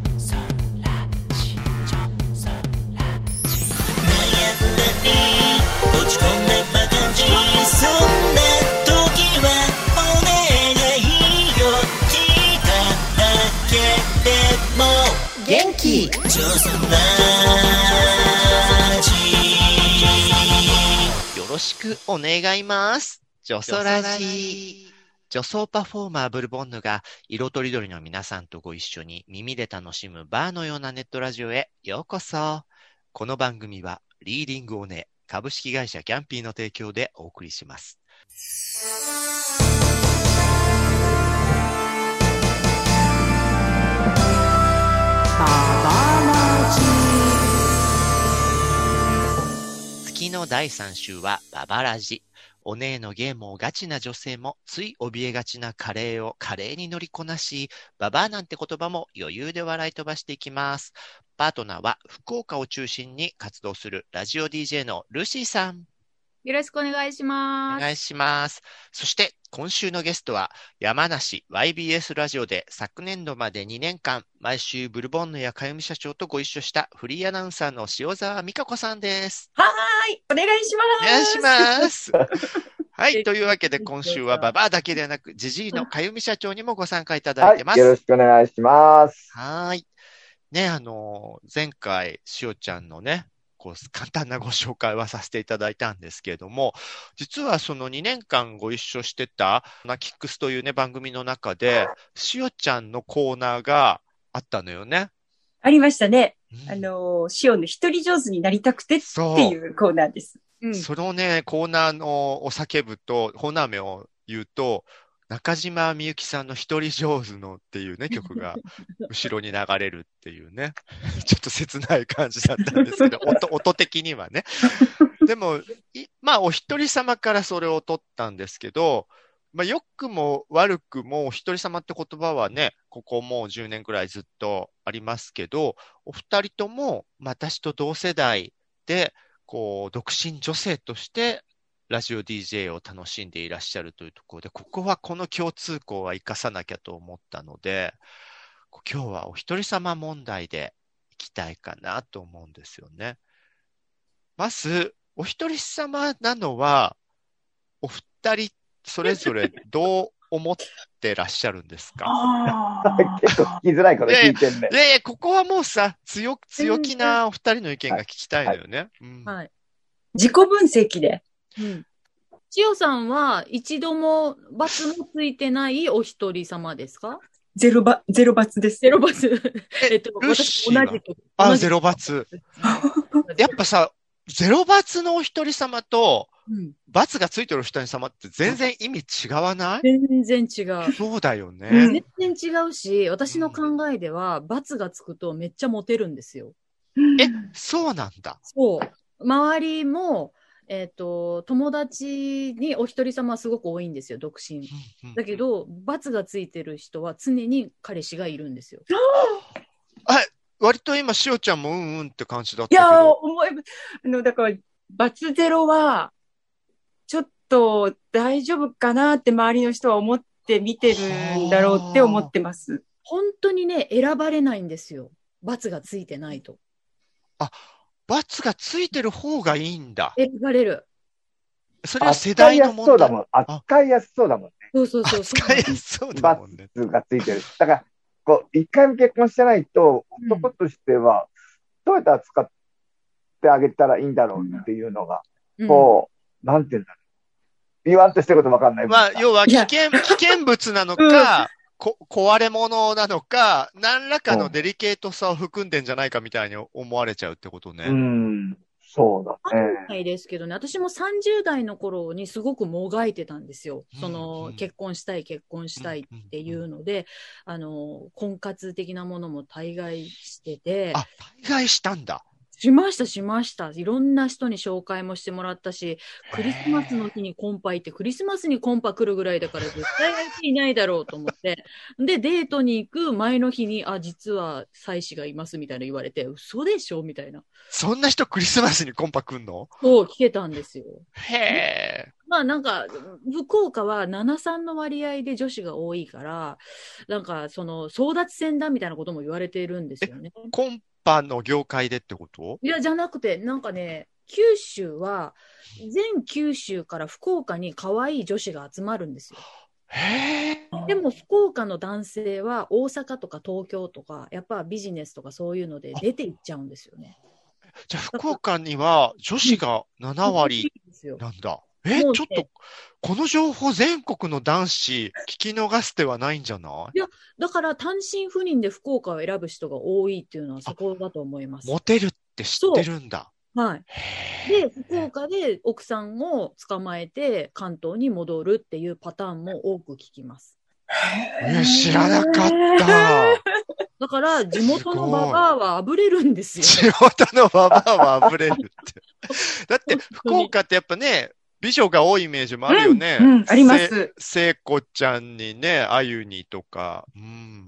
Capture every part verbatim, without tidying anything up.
元気よろしくお願います。ジョソラジ女装パフォーマーブルボンヌが色とりどりの皆さんとご一緒に耳で楽しむバーのようなネットラジオへようこそ。この番組はリーディングオネ株式会社キャンピーの提供でお送りします。月のだいさん週はババラジ。お姉のゲームをガチな女性もつい怯えがちなカレーを華麗に乗りこなし、ババアなんて言葉も余裕で笑い飛ばしていきます。パートナーは福岡を中心に活動するラジオ ディージェー のルーシーさん。 よろしくお願いします。 お願いします。そして今週のゲストは山梨 ワイビーエス ラジオで昨年度までにねんかん毎週ブルボンヌやかゆみ社長とご一緒したフリーアナウンサーの塩沢美香子さんです。 はーい、お願いします。 お願いします。はい、というわけで今週はババアだけでなくジジイのかゆみ社長にもご参加いただいてます。 はい、よろしくお願いします。 はい。ね、あの、前回塩ちゃんのね、こう簡単なご紹介はさせていただいたんですけれども、実はそのにねんかんご一緒してたナキックスというね番組の中で塩ちゃんのコーナーがあったのよね。 ありましたね。 うん、 あの塩の一人上手になりたくてっていうコーナーです。 うん、そのねコーナーのお叫ぶとコーナー名を言うと中島みゆきさんの一人上手のっていうね曲が後ろに流れるっていうねちょっと切ない感じだったんですけど 音, 音的にはねでもまあお一人様からそれを取ったんですけど、まあ、良くも悪くもお一人様って言葉はねここもうじゅうねんくらいずっとありますけど、お二人とも私と同世代でこう独身女性としてラジオ ディージェー を楽しんでいらっしゃるというところで、ここはこの共通項は生かさなきゃと思ったので、今日はお一人様問題でいきたいかなと思うんですよね。まず、お一人様なのは、お二人それぞれどう思ってらっしゃるんですか？ 結構聞きづらいこと聞いてんね。 いやいや、ここはもうさ、強、強気なお二人の意見が聞きたいのよね。はいうんはい、自己分析で。 うん、塩さんは一度も罰もついてないお一人様ですか？ ゼロバ、ゼロ罰です。 ゼロ罰。えっと、私同じく。 あ、ゼロ罰。やっぱさ、ゼロ罰のお一人様と、うん、罰がついてるお一人様って全然意味違わない？ 全然違う。 そうだよね。 全然違うし、私の考えでは、罰がつくとめっちゃモテるんですよ。 え、そうなんだ。 そう。周りも、えっと、友達にお一人様はすごく多いんですよ、独身。だけど、罰がついてる人は常に彼氏がいるんですよ。 あ、割と今、しおちゃんもうんうんって感じだったけど。 いやー、思い、あの、だから、罰ゼロは、ちょっと大丈夫かなって周りの人は思って見てるんだろうって思ってます。 本当にね、選ばれないんですよ。罰がついてないと。 あ、罰がついてる方がいいんだ。 選ばれる。 それは世代の問題。 扱いやすそうだもん。扱いやすそうだもんね。 そうそうそう。 扱いやすそうだもんね。 罰がついてる。だから、こう、一回も結婚してないと、男としては、どうやって扱ってあげたらいいんだろうっていうのが、うん、こう、なんていうんだろう。言わんとしてることわかんない。 まあ、要は危険、危険物なのか、こ壊れ物なのか、何らかのデリケートさを含んでんじゃないかみたいに思われちゃうってことね。 うん、そうだね。 ないですけどね、私もさんじゅう代の頃にすごくもがいてたんですよ。その、うんうん、結婚したい、結婚したいっていうので、うんうん、あの、婚活的なものも大概してて。 あ、大概したんだ。 しました、しました。いろんな人に紹介もしてもらったし、クリスマスの日にコンパ行って、クリスマスにコンパ来るぐらいだから絶対相手いないだろうと思って。で、デートに行く前の日に、あ、実は妻子がいますみたいな言われて、嘘でしょみたいな。 そんな人クリスマスにコンパ来んの？ そう、聞けたんですよ。 へえ。 まあなんか、福岡はななさんの割合で女子が多いから、なんかその争奪戦だみたいなことも言われているんですよね。 コンパの業界でってこと？ いや、じゃなくて、なんかね、九州は、全九州から福岡に可愛い女子が集まるんですよ。 へえ。 でも福岡の男性は大阪とか東京とか、やっぱビジネスとかそういうので出ていっちゃうんですよね。 じゃあ福岡には女子がなな割なんだ。え、ちょっと、この情報全国の男子聞き逃す手はないんじゃない？ いや、だから単身赴任で福岡を選ぶ人が多いっていうのはそこだと思います。 モテるって知ってるんだ。 はい。で、福岡で奥さんを捕まえて関東に戻るっていうパターンも多く聞きます。 え、知らなかった。 だから、地元のババアはあぶれるんですよ。 地元のババアはあぶれるって。だって、福岡ってやっぱね、美女が多いイメージもあるよね。 うん、うん、あります。 聖子ちゃんにね、あゆにとか。うん、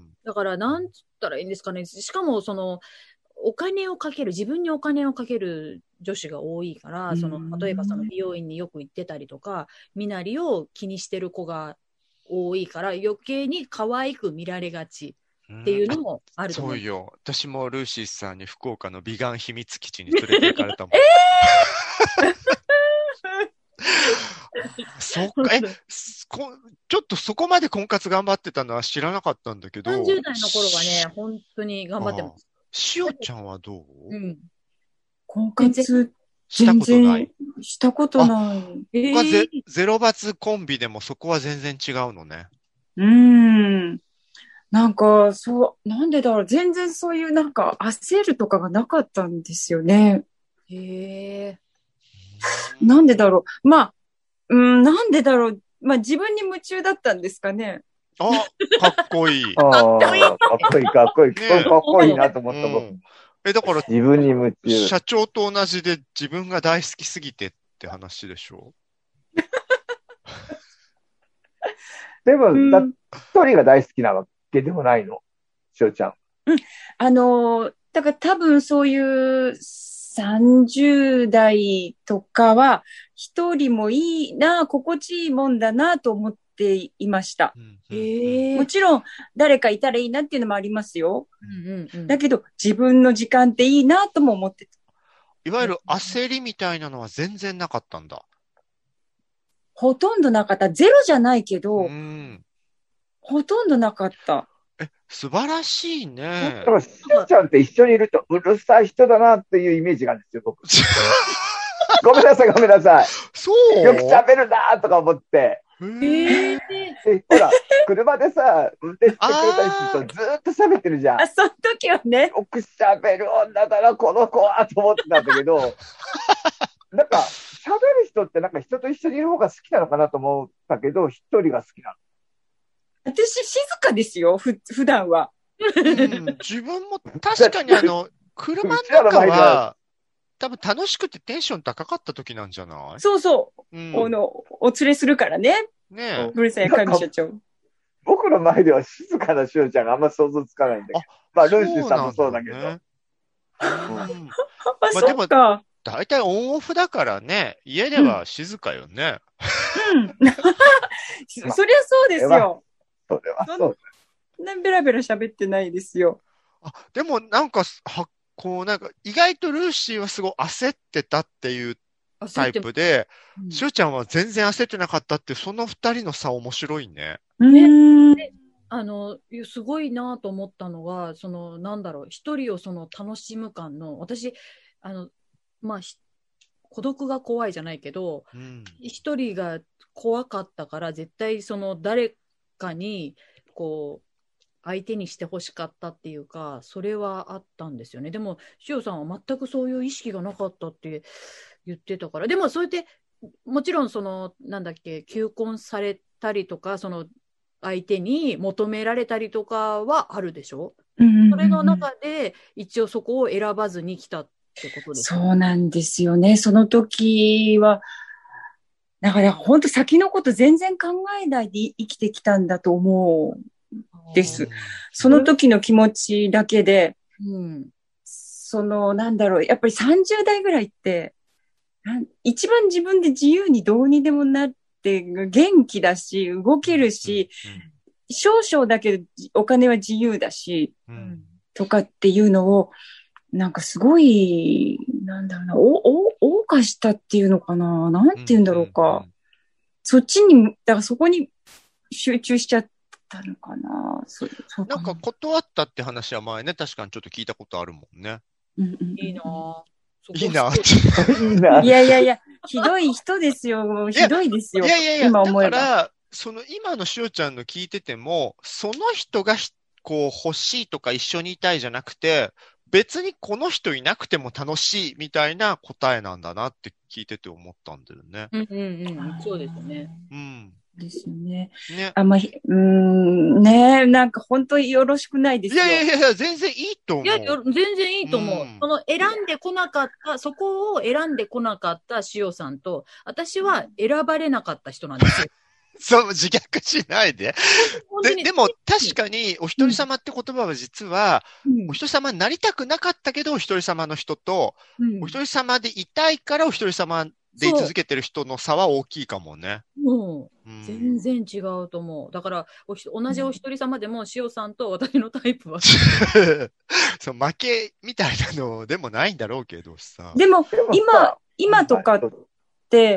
だから、なんつったらいいんですかね。しかも、その、お金をかける、自分にお金をかける女子が多いから、その、例えばその美容院によく行ってたりとか、身なりを気にしてる子が多いから、余計に可愛く見られがち。っていうのもあると思う。 そうよ。私もルーシーさんに福岡の美顔秘密基地に連れて行かれたもん。えー、そっか、え、こ、ちょっとそこまで婚活頑張ってたのは知らなかったんだけど。 さんじゅう代の頃はね、本当に頑張ってます。 しおちゃんはどう？ うん。 婚活、 したことない。 したことない。 えー、ゼ, ゼロバツコンビでもそこは全然違うのね。 うーん。なんか、そう、なんでだろう。全然そういうなんか焦るとかがなかったんですよね。 へえ。 なんでだろう。まあ、うん、なんでだろう。まあ自分に夢中だったんですかね。 あ、かっこいい。 かっこいい。かっこいい、かっこいい。ね、かっこいいなと思った、僕。うん、 え、だから、 自分に夢中。 社長と同じで自分が大好きすぎてって話でしょ？ でも、うん、だ一人が大好きなわけでもないの、しおちゃん。 うん。あのー、だから多分そういうさんじゅう代とかは、一人もいいな、心地いいもんだなと思っていました。うんうんうん、もちろん、誰かいたらいいなっていうのもありますよ。うんうんうん、だけど、自分の時間っていいなとも思ってた。 いわゆる焦りみたいなのは全然なかったんだ。 ほとんどなかった。ゼロじゃないけど、うん、ほとんどなかった。 え、素晴らしいね。 だから、しおちゃんって一緒にいるとうるさい人だなっていうイメージがあるんですよ、僕。ごめんなさい、ごめんなさい。 そうよく喋るなとか思って。へー。ほら、車でさ、運転してくれたりするとずーっと喋ってるじゃん。 あ、その時はね。 よく喋る女だな、この子はと思ってたんだけど、なんか、喋る人ってなんか人と一緒にいる方が好きなのかなと思ったけど、一人が好きなの。 私、静かですよ、ふ、普段は。 うん、自分も確かにあの、車の中は、多分楽しくてテンション高かった時なんじゃない？ そうそう。うん、あの、お連れするからね。 ねえ。 ブルさんや神社長。 僕の前では静かなしおちゃんがあんま想像つかないんだけど。まあ、ルーシーさんもそうだけど。ね、 うん、あ、まあ、でも、 大体オンオフだからね、家では静かよね。 うん。うん、そりゃそうですよ。 それはそう。 そんなベラベラ喋ってないですよ。 あ、でもなんか、は、こうなんか、意外とルーシーはすごい焦ってたっていうタイプで、うん、しおちゃんは全然焦ってなかったって、その二人の差面白いね。 ね、あの、すごいなと思ったのが、その、なんだろう、一人をその楽しむ感の、私、あの、まあ、孤独が怖いじゃないけど、うん、一人が怖かったから、絶対その誰かに、こう、相手にしてほしかったっていうか、それはあったんですよね。でも、しおさんは全くそういう意識がなかったって言ってたから、でもそうやって、もちろんその、なんだっけ、求婚されたりとか、その、相手に求められたりとかはあるでしょ？うんうんうん、それの中で、一応そこを選ばずに来たってことですね。 そうなんですよね。その時は、だから本当先のこと全然考えないで生きてきたんだと思うんです。その時の気持ちだけで、 うん、 その、なんだろう、やっぱりさんじゅう代ぐらいって、一番自分で自由にどうにでもなって、元気だし、動けるし、うんうん、少々だけどお金は自由だし、うん、とかっていうのを、なんかすごい、なんだろうな、お、お、謳歌したっていうのかな、なんて言うんだろうか。うんうんうん、そっちに、だからそこに集中しちゃったのかな。そそうかな。 なんか断ったって話は前ね、確かにちょっと聞いたことあるもんね。 うんうんうん、いいなぁ。 いいなぁ。いやいやいや、ひどい人ですよ。ひどいですよ。 いやいやいや、 今思えば。 だから、その今のしおちゃんの聞いてても、その人がこう欲しいとか一緒にいたいじゃなくて、別にこの人いなくても楽しいみたいな答えなんだなって聞いてて思ったんだよね。 うんうんうん。そうですね。 うん。 ですよね。 ね。 あんまり、うーん、ね、なんか本当によろしくないですよ。 いやいやいや、全然いいと思う。 いや、全然いいと思う。うん、その選んでこなかった、そこを選んでこなかったしおさんと、私は選ばれなかった人なんですよ。 そう、自虐しないで。で、でも確かにお一人様って言葉は実は、うん、お一人様になりたくなかったけどお一人様の人と、うん、お一人様でいたいからお一人様でい続けてる人の差は大きいかもね。 もう、うん、全然違うと思う。だからおひ、同じお一人様でも、しおさんと私のタイプは。 そう、負けみたいなのでもないんだろうけどさ。 でも、今、今とかって、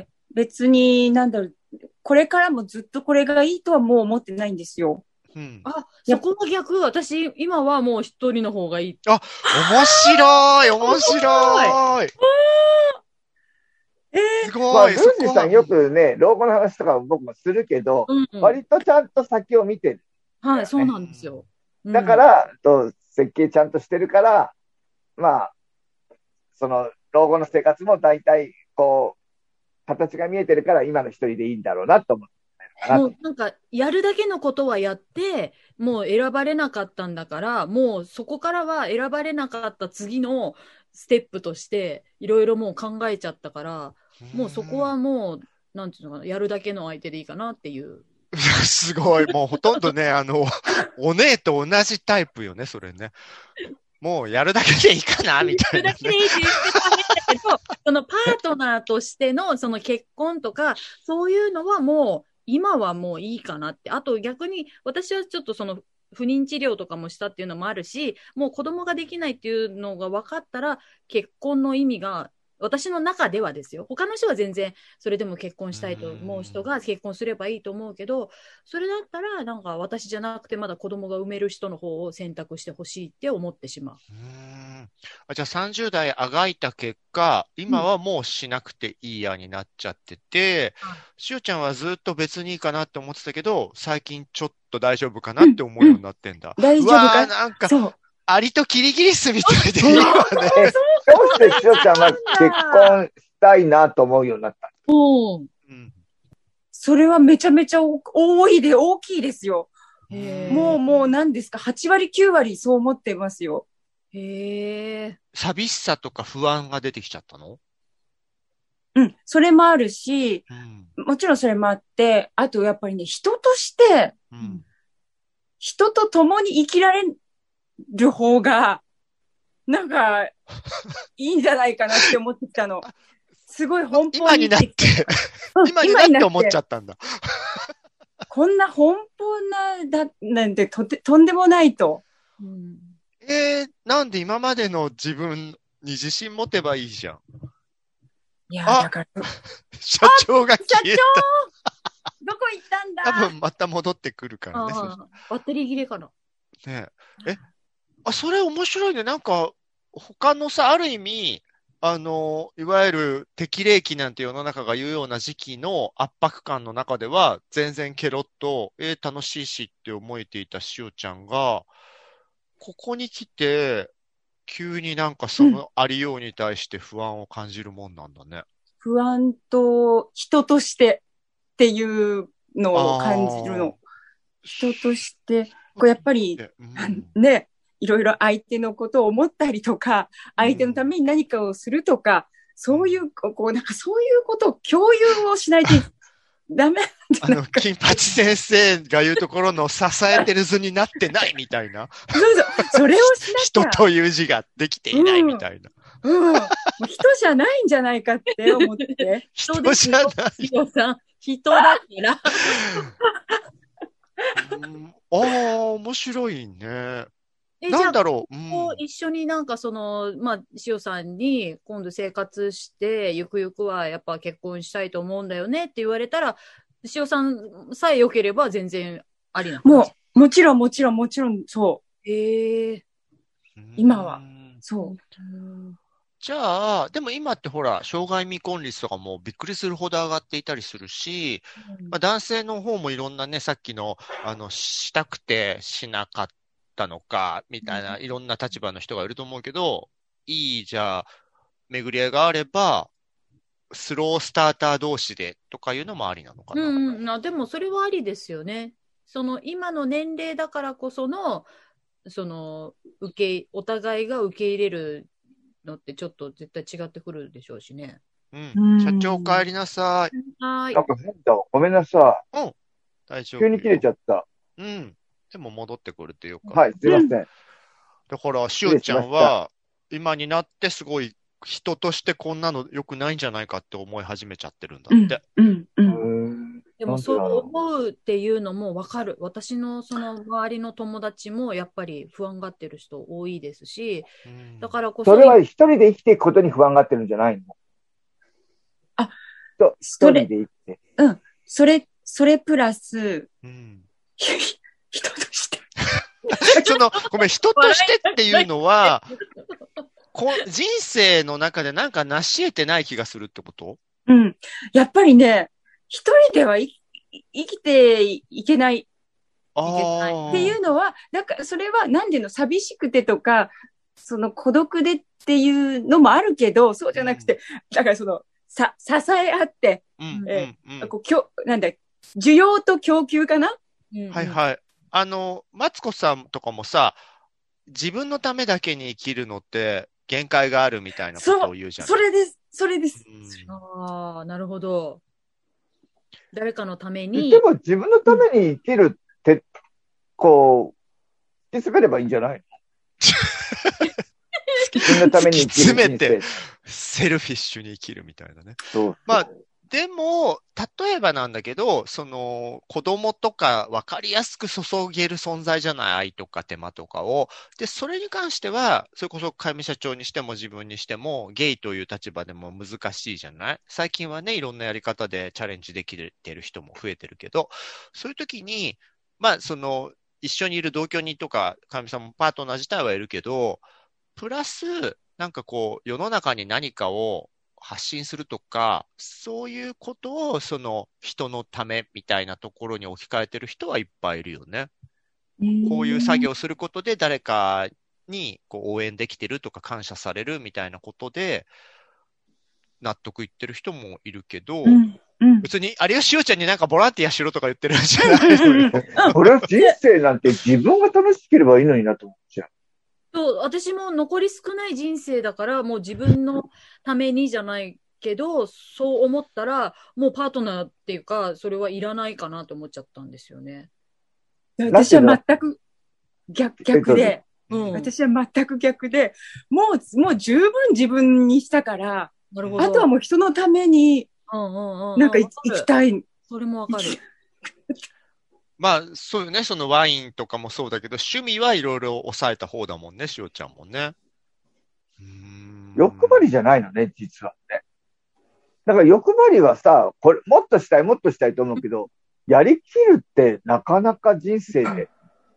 別に、なんだろう、これからもずっとこれがいいとはもう思ってないんですよ。 うん、あ、そこの逆、私、今はもう一人の方がいい。 あ、面白い、面白い。 えー、 すごい。まあ、ルージーさんよくね、老後の話とか僕もするけど、うんうん、割とちゃんと先を見てる、ね。 はい、そうなんですよ。 うん、だから、と、設計ちゃんとしてるから、まあ、その、老後の生活も大体、こう、形が見えてるから今の一人でいいんだろうなと思って。 もうなんか、やるだけのことはやって、もう選ばれなかったんだから、もうそこからは選ばれなかった次のステップとして、いろいろもう考えちゃったから、もうそこはもう、なんていうのかな、やるだけの相手でいいかなっていう。 すごい。もうほとんどね、あの、お姉と同じタイプよね、それね。もうやるだけでいいかなみたいな、ね。 やるだけでいいって言ってたんだけど、そのパートナーとしてのその結婚とか、そういうのはもう、今はもういいかなって。あと逆に、私はちょっとその、不妊治療とかもしたっていうのもあるし、もう子供ができないっていうのが分かったら、結婚の意味が、私の中ではですよ。他の人は全然それでも結婚したいと思う人が結婚すればいいと思うけど、それだったらなんか私じゃなくてまだ子供が産める人の方を選択してほしいって思ってしまう。 うーんあじゃあさんじゅう代あがいた結果、今はもうしなくていいやになっちゃってて、うん、しおちゃんはずっと別にいいかなって思ってたけど、最近ちょっと大丈夫かなって思うようになってんだ。 うんうん、大丈夫かなんかそうアリとキリギリスみたいでいいわね。 どうしてしおちゃんは結婚したいなと思うようになったの？ うん。 それはめちゃめちゃ多いで大きいですよ。もうもう何ですか、はち割きゅう割そう思ってますよ。 へえ。 寂しさとか不安が出てきちゃったの？ うん、それもあるし、 うん、 もちろんそれもあって、あとやっぱりね、人として、 うん、 人と共に生きられる方が、なんか、いいんじゃないかなって思ってきたの。すごい奔放に。 今になって、今になって思っちゃったんだ。 こんな奔放な、だ、なんてとて、とんでもないと。 うん、 えー、なんで今までの自分に自信持てばいいじゃん。 いや、だから。 社長が消えた。 社長どこ行ったんだ？ 多分また戻ってくるからね。 バッテリー切れかな。 ねえ。え、あ、それ面白いね。なんか、他のさ、ある意味、あの、いわゆる適齢期なんて世の中が言うような時期の圧迫感の中では、全然ケロッと、えー、楽しいしって思えていたしおちゃんが、ここに来て、急になんかそのありように対して不安を感じるもんなんだね。 うん、不安と人としてっていうのを感じるの。人として、こうやっぱり、うん、ね、 いろいろ相手のことを思ったりとか、相手のために何かをするとか、そういう、こう、なんかそういうことを共有をしないとダメなんじゃあの、 ないか。 金八先生が言うところの支えてる図になってないみたいな。 そうそう。それをしなきゃ。 人という字ができていないみたいな。 うん。うん、もう人じゃないんじゃないかって思って。 人じゃない。 塩さん、人だから。 うん、ああ、面白いね。 え、 なんだろう。 じゃあ、こう一緒になんかその、まあ、塩さんに今度生活して、ゆくゆくはやっぱ結婚したいと思うんだよねって言われたら、塩さんさえ良ければ全然ありな感じ。 もう、もちろんもちろんもちろん、そう。 へえ。 今は。そう。 じゃあ、でも今ってほら、障害未婚率とかもびっくりするほど上がっていたりするし、 うん、 まあ、男性の方もいろんなね、さっきの、あの、したくてしなかったのか、みたいな、いろんな立場の人がいると思うけど、いい、じゃあ、巡り合いがあれば、スロースターター同士でとかいうのもありなのかな。 うんうん、あでもそれはありですよね。その今の年齢だからこその、その、受け、お互いが受け入れるのってちょっと絶対違ってくるでしょうしね。 うん。社長帰りなさい。 はい。 なんか変だわ。ごめんなさい。 うん。大丈夫。 急に切れちゃった。 うん。でも戻ってくるっていうか。 はい、すいません。 だから、しおちゃんは、今になってすごい人としてこんなの良くないんじゃないかって思い始めちゃってるんだって。 うん、うん、 うん。 でもそう思うっていうのも分かる。私のその周りの友達もやっぱり不安がってる人多いですし、うん、だからこそ。 それは一人で生きていくことに不安がってるんじゃないの？ あ、 と一人で生きて。 うん。それ、それプラス、 うん、 人として。 その、ごめん、人としてっていうのは、こ人生の中でなんか成し得てない気がするってこと？ うん。やっぱりね、一人では生きていけない。 あっていうのは、なんかそれは何ていうの、寂しくてとか、その孤独でっていうのもあるけど、そうじゃなくて、うん、だからその、さ、支え合って、 うんえうんうん、 こうきょなんだ、需要と供給かな、 うんうん、はいはい。あの、マツコさんとかもさ、自分のためだけに生きるのって限界があるみたいなことを言うじゃん。 それです、それです。 うん、ああ、なるほど。誰かのために。 でも自分のために生きるって、こう、突き詰めればいいんじゃないの？自分のために生きる人生。突き詰めて、 セルフィッシュに生きるみたいなね。 そうそう。 まあ、でも、例えばなんだけど、その、子供とか分かりやすく注げる存在じゃない、愛とか手間とかを。で、それに関しては、それこそ、かゆみ社長にしても自分にしても、ゲイという立場でも難しいじゃない？最近はね、いろんなやり方でチャレンジできてる人も増えてるけど、そういう時に、まあ、その、一緒にいる同居人とか、かゆみさんもパートナー自体はいるけど、プラス、なんかこう、世の中に何かを発信するとか、そういうことをその人のためみたいなところに置き換えてる人はいっぱいいるよね。こういう作業をすることで誰かにこう応援できてるとか感謝されるみたいなことで納得いってる人もいるけど、うんうん、別に有吉洋ちゃんになんかボランティアしろとか言ってるんじゃないのよ。 俺は人生なんて自分が楽しければいいのになと思っちゃう。 そう、私も残り少ない人生だから、もう自分のためにじゃないけど、そう思ったら、もうパートナーっていうか、それはいらないかなと思っちゃったんですよね。 私は全く逆、逆で、 うん、 私は全く逆で、もう、もう十分自分にしたから、 なるほど。 あとはもう人のために、なんか生きたい。 それもわかる。 まあ、そうよね。そのワインとかもそうだけど、趣味はいろいろ抑えた方だもんね、しおちゃんもね。 うーん、欲張りじゃないのね、実はね。だから欲張りはさ、これ、もっとしたい、もっとしたいと思うけど、やりきるってなかなか人生で、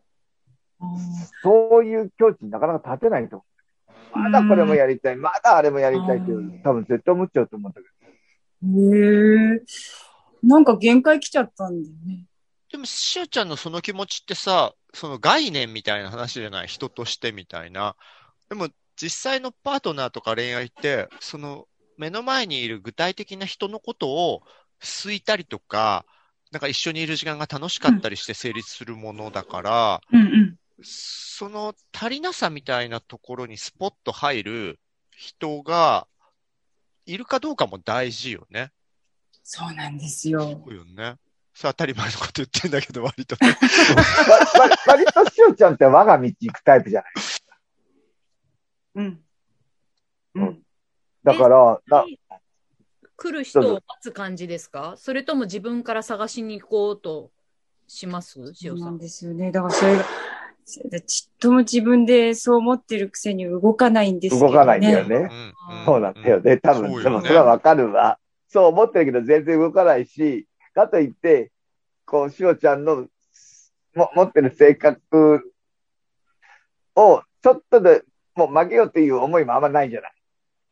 そういう境地になかなか立てないと思う。まだこれもやりたい、まだあれもやりたいっていう、多分絶対思っちゃうと思うんだけど。へえ。なんか限界来ちゃったんだよね。 でも、しおちゃんのその気持ちってさ、その概念みたいな話じゃない？人としてみたいな。でも、実際のパートナーとか恋愛って、その目の前にいる具体的な人のことを好いたりとか、なんか一緒にいる時間が楽しかったりして成立するものだから、 うんうん、 その足りなさみたいなところにスポッと入る人がいるかどうかも大事よね。 そうなんですよ。 そうよね。それ当たり前のこと言ってんだけど、割とね。 わわ割としおちゃんって我が道行くタイプじゃない。 うん。うん。 だから、な来る人を待つ感じですか？それとも自分から探しに行こうとしますしそうなんおさん。 ですよね。だからそれが、ちっとも自分でそう思ってるくせに動かないんですけどね。 動かないんだよね。 うんうんそうなんだよね。多分、 そうよねでもそれはわかるわ。そう思ってるけど全然動かないし、かといって、こう、しおちゃんのも持ってる性格をちょっとでもう曲げようっていう思いもあんまないじゃない。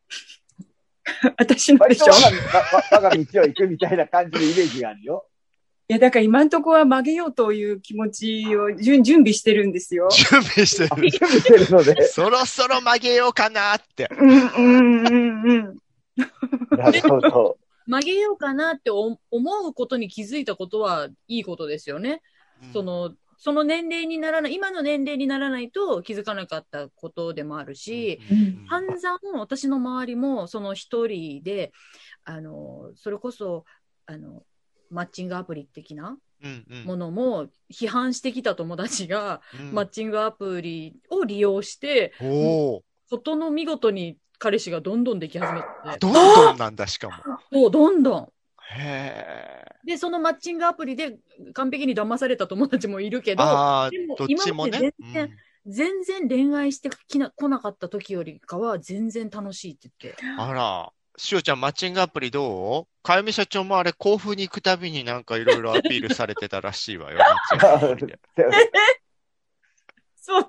私のでしょ。 割と我が我が道を行くみたいな感じのイメージがあるよ。 いや、だから今んとこは曲げようという気持ちを準準備してるんですよ。 準備してる。 準備してるので。 そろそろ曲げようかなって。 うんうんうんうん。 なるほど。 曲げようかなって思うことに気づいたことはいいことですよね。 うんその、その年齢にならない、今の年齢にならないと気づかなかったことでもあるし、 うん散々私の周りもその一人で、あの、それこそ、あの、マッチングアプリ的なうんうんものも批判してきた友達が、 うんマッチングアプリを利用して、 おーことの見事に彼氏がどんどんでき始めて、 どんどんなんだ、しかも。 そうどんどん。 へー。 で、そのマッチングアプリで完璧に騙された友達もいるけど、 ああでも、 どっちもね。 今まで全然全然恋愛してきな来なかった時よりかは全然楽しいって言って。 うんあら。しおちゃん、マッチングアプリどう？かゆみ社長もあれ、甲府に行くたびになんかいろいろアピールされてたらしいわよ。マッチングアプリでそう。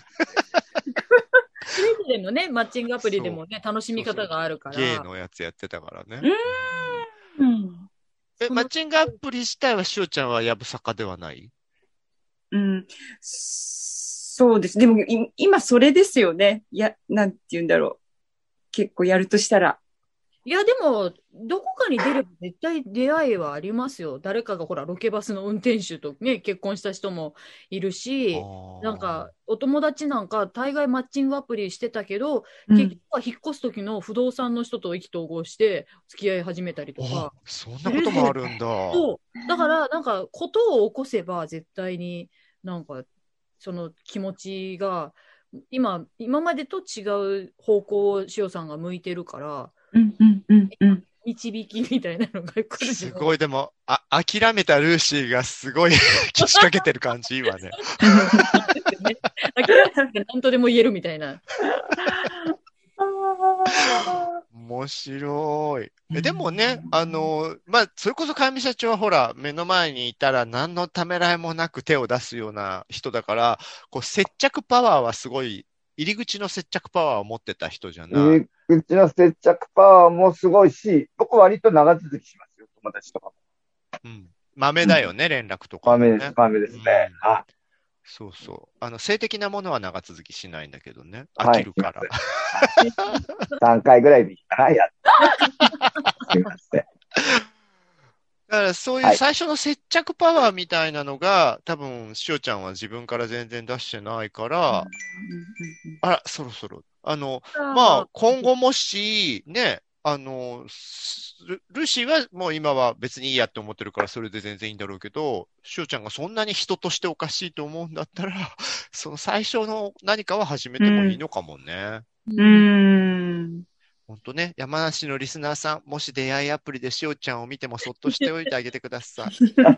それぞれのね、マッチングアプリでもね、楽しみ方があるから。 ゲイのやつやってたからね。 うん。 え、 そのマッチングアプリ自体はしおちゃんはやぶさかではない？ うん。そうです。でも、い今それですよね。いや、なんて言うんだろう。結構やるとしたら。 いや、でも、どこかに出れば絶対出会いはありますよ。誰かがほら、ロケバスの運転手とね、結婚した人もいるし、なんか、お友達なんか、大概マッチングアプリしてたけど、 うん結局は引っ越す時の不動産の人と意気投合して、付き合い始めたりとあか。 そんなこともあるんだ。 そう。だから、なんか、ことを起こせば、絶対になんか、その気持ちが、今、今までと違う方向をしおさんが向いてるから、 うんうんうんうん。 導きみたいなのが来るんじゃないすごい、でも、あ、諦めたルーシーがすごい仕掛けてる感じいいわね。 諦めたって何とでも言えるみたいな。 面白い。えでもね、あの、まあ、それこそかゆみ社長はほら、目の前にいたら何のためらいもなく手を出すような人だから、こう、接着パワーはすごい、入り口の接着パワーを持ってた人じゃない。 入り口の接着パワーもすごいし、僕割と長続きしますよ、友達とかも。 うん。豆だよね、連絡とかもね。 豆です、豆ですね。 うんあ、 そうそう。あの、性的なものは長続きしないんだけどね。 はい飽きるから。 さんかいぐらいでいいかな、やって。すいません。 だからそういうはい最初の接着パワーみたいなのが、多分、しおちゃんは自分から全然出してないから、あら、そろそろ。あの、まあ、今後もし、ね、あの、すルルーシーはもう今は別にいいやって思ってるからそれで全然いいんだろうけど、しおちゃんがそんなに人としておかしいと思うんだったら、その最初の何かは始めてもいいのかもね。 うーん。 本当ね、山梨のリスナーさん、もし出会いアプリでしおちゃんを見てもそっとしておいてあげてください。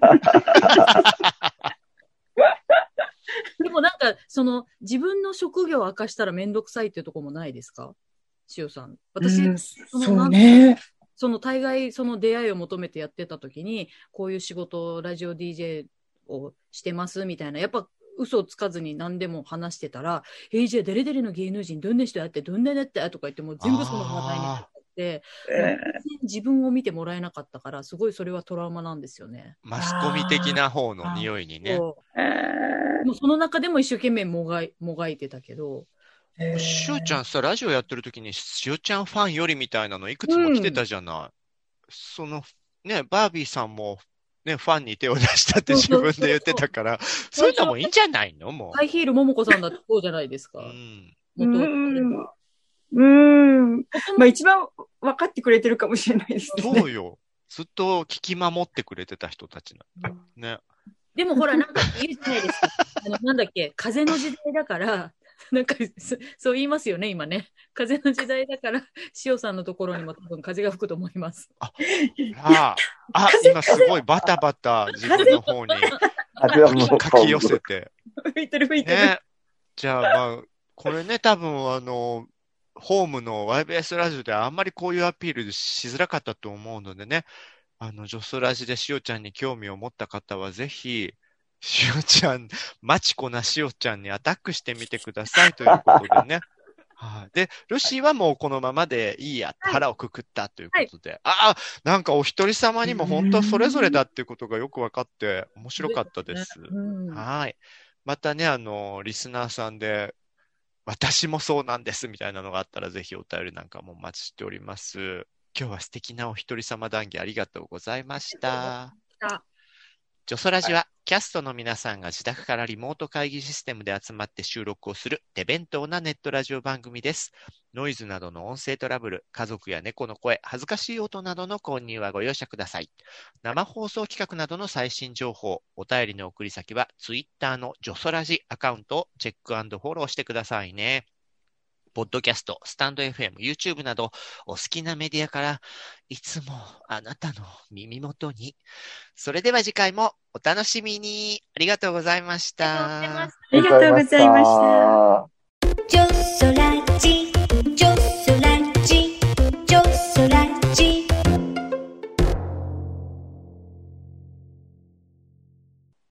でもなんか、その、自分の職業を明かしたらめんどくさいっていうところもないですか？しおさん。私、 うんそのそうね。 その大概その出会いを求めてやってた時に、こういう仕事、ラジオ ディージェー をしてますみたいな、やっぱ嘘をつかずに何でも話してたら、えー、じゃあデレデレの芸能人どんな人やってどんなだってとか言ってもう全部その話題になって、 え全然自分を見てもらえなかったから、すごいそれはトラウマなんですよね。 マスコミ的な方の匂いにね。 そうーえもうその中でも一生懸命もがいもがいてたけど、 ーしおちゃんさ、ラジオやってる時にしおちゃんファンよりみたいなのいくつも来てたじゃない。その、ね、バービーさんもね、ファンに手を出したって自分で言ってたから、そういうのもいいんじゃないのもう。 ハイヒールももこさんだってそうじゃないですか。 うん。 うーん。うーん。まあ一番分かってくれてるかもしれないですね。 そうよ。ずっと聞き守ってくれてた人たちなの。ね。 でもほら、なんか言うじゃないですか。あの、なんだっけ、風の時代だから、なんかそ、そう言いますよね、今ね。風の時代だから、塩さんのところにも多分風が吹くと思います。 あ、あ、あ、今すごいバタバタ自分の方にかき寄せて。 吹いてる吹いてる。 ね。じゃあまあ、これね、多分あの、ホームの ワイビーエス ラジオであんまりこういうアピールしづらかったと思うのでね、あの、ジョソラジでしおちゃんに興味を持った方はぜひ、しおちゃん、マチコなしおちゃんにアタックしてみてくださいということでね。はい、で、ルシーはもうこのままでいいや、腹をくくったということで。はい、ああ、なんかお一人様にも本当それぞれだっていうことがよく分かって面白かったです。うん、はい。またね、あの、リスナーさんで、私もそうなんですみたいなのがあったらぜひお便りなんかもお待ちしております。今日は素敵なお一人様談義ありがとうございました。ジョソラジはキャストの皆さんが自宅からリモート会議システムで集まって収録をする手弁当なネットラジオ番組です。ノイズなどの音声トラブル、家族や猫の声、恥ずかしい音などの混入はご容赦ください。生放送企画などの最新情報、お便りの送り先はツイッターのジョソラジアカウントをチェック&フォローしてくださいね。ポッドキャスト、スタンド エフエム、YouTube などお好きなメディアからいつもあなたの耳元に。それでは次回もお楽しみに。ありがとうございました。 ありがとうございました。